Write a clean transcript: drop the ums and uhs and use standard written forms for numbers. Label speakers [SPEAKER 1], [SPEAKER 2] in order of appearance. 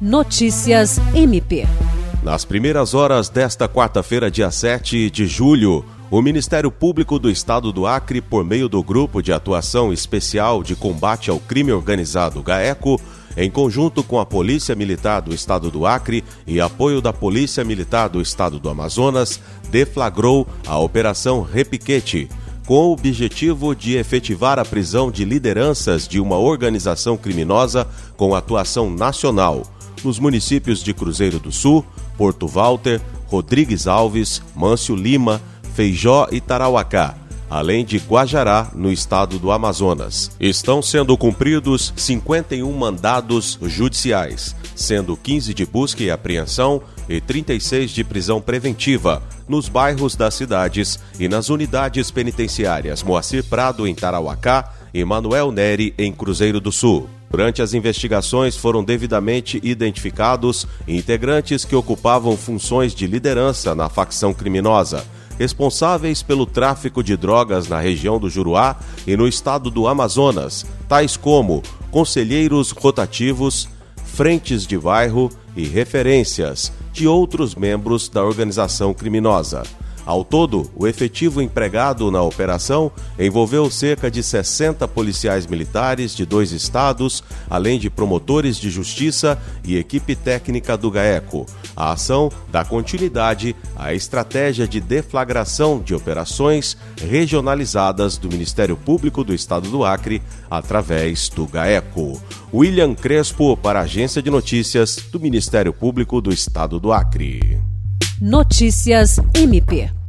[SPEAKER 1] Notícias MP.
[SPEAKER 2] Nas primeiras horas desta quarta-feira, dia 7 de julho, o Ministério Público do Estado do Acre, por meio do Grupo de Atuação Especial de Combate ao Crime Organizado GAECO, em conjunto com a Polícia Militar do Estado do Acre e apoio da Polícia Militar do Estado do Amazonas, deflagrou a Operação Repiquete, com o objetivo de efetivar a prisão de lideranças de uma organização criminosa com atuação nacional, nos municípios de Cruzeiro do Sul, Porto Walter, Rodrigues Alves, Mâncio Lima, Feijó e Tarauacá, além de Guajará, no estado do Amazonas. Estão sendo cumpridos 51 mandados judiciais, sendo 15 de busca e apreensão e 36 de prisão preventiva, nos bairros das cidades e nas unidades penitenciárias Moacir Prado, em Tarauacá, e Manuel Neri, em Cruzeiro do Sul. Durante as investigações foram devidamente identificados integrantes que ocupavam funções de liderança na facção criminosa, responsáveis pelo tráfico de drogas na região do Juruá e no estado do Amazonas, tais como conselheiros rotativos, frentes de bairro e referências de outros membros da organização criminosa. Ao todo, o efetivo empregado na operação envolveu cerca de 60 policiais militares de 2 estados, além de promotores de justiça e equipe técnica do GAECO. A ação dá continuidade à estratégia de deflagração de operações regionalizadas do Ministério Público do Estado do Acre através do GAECO. William Crespo, para a Agência de Notícias do Ministério Público do Estado do Acre.
[SPEAKER 1] Notícias MP.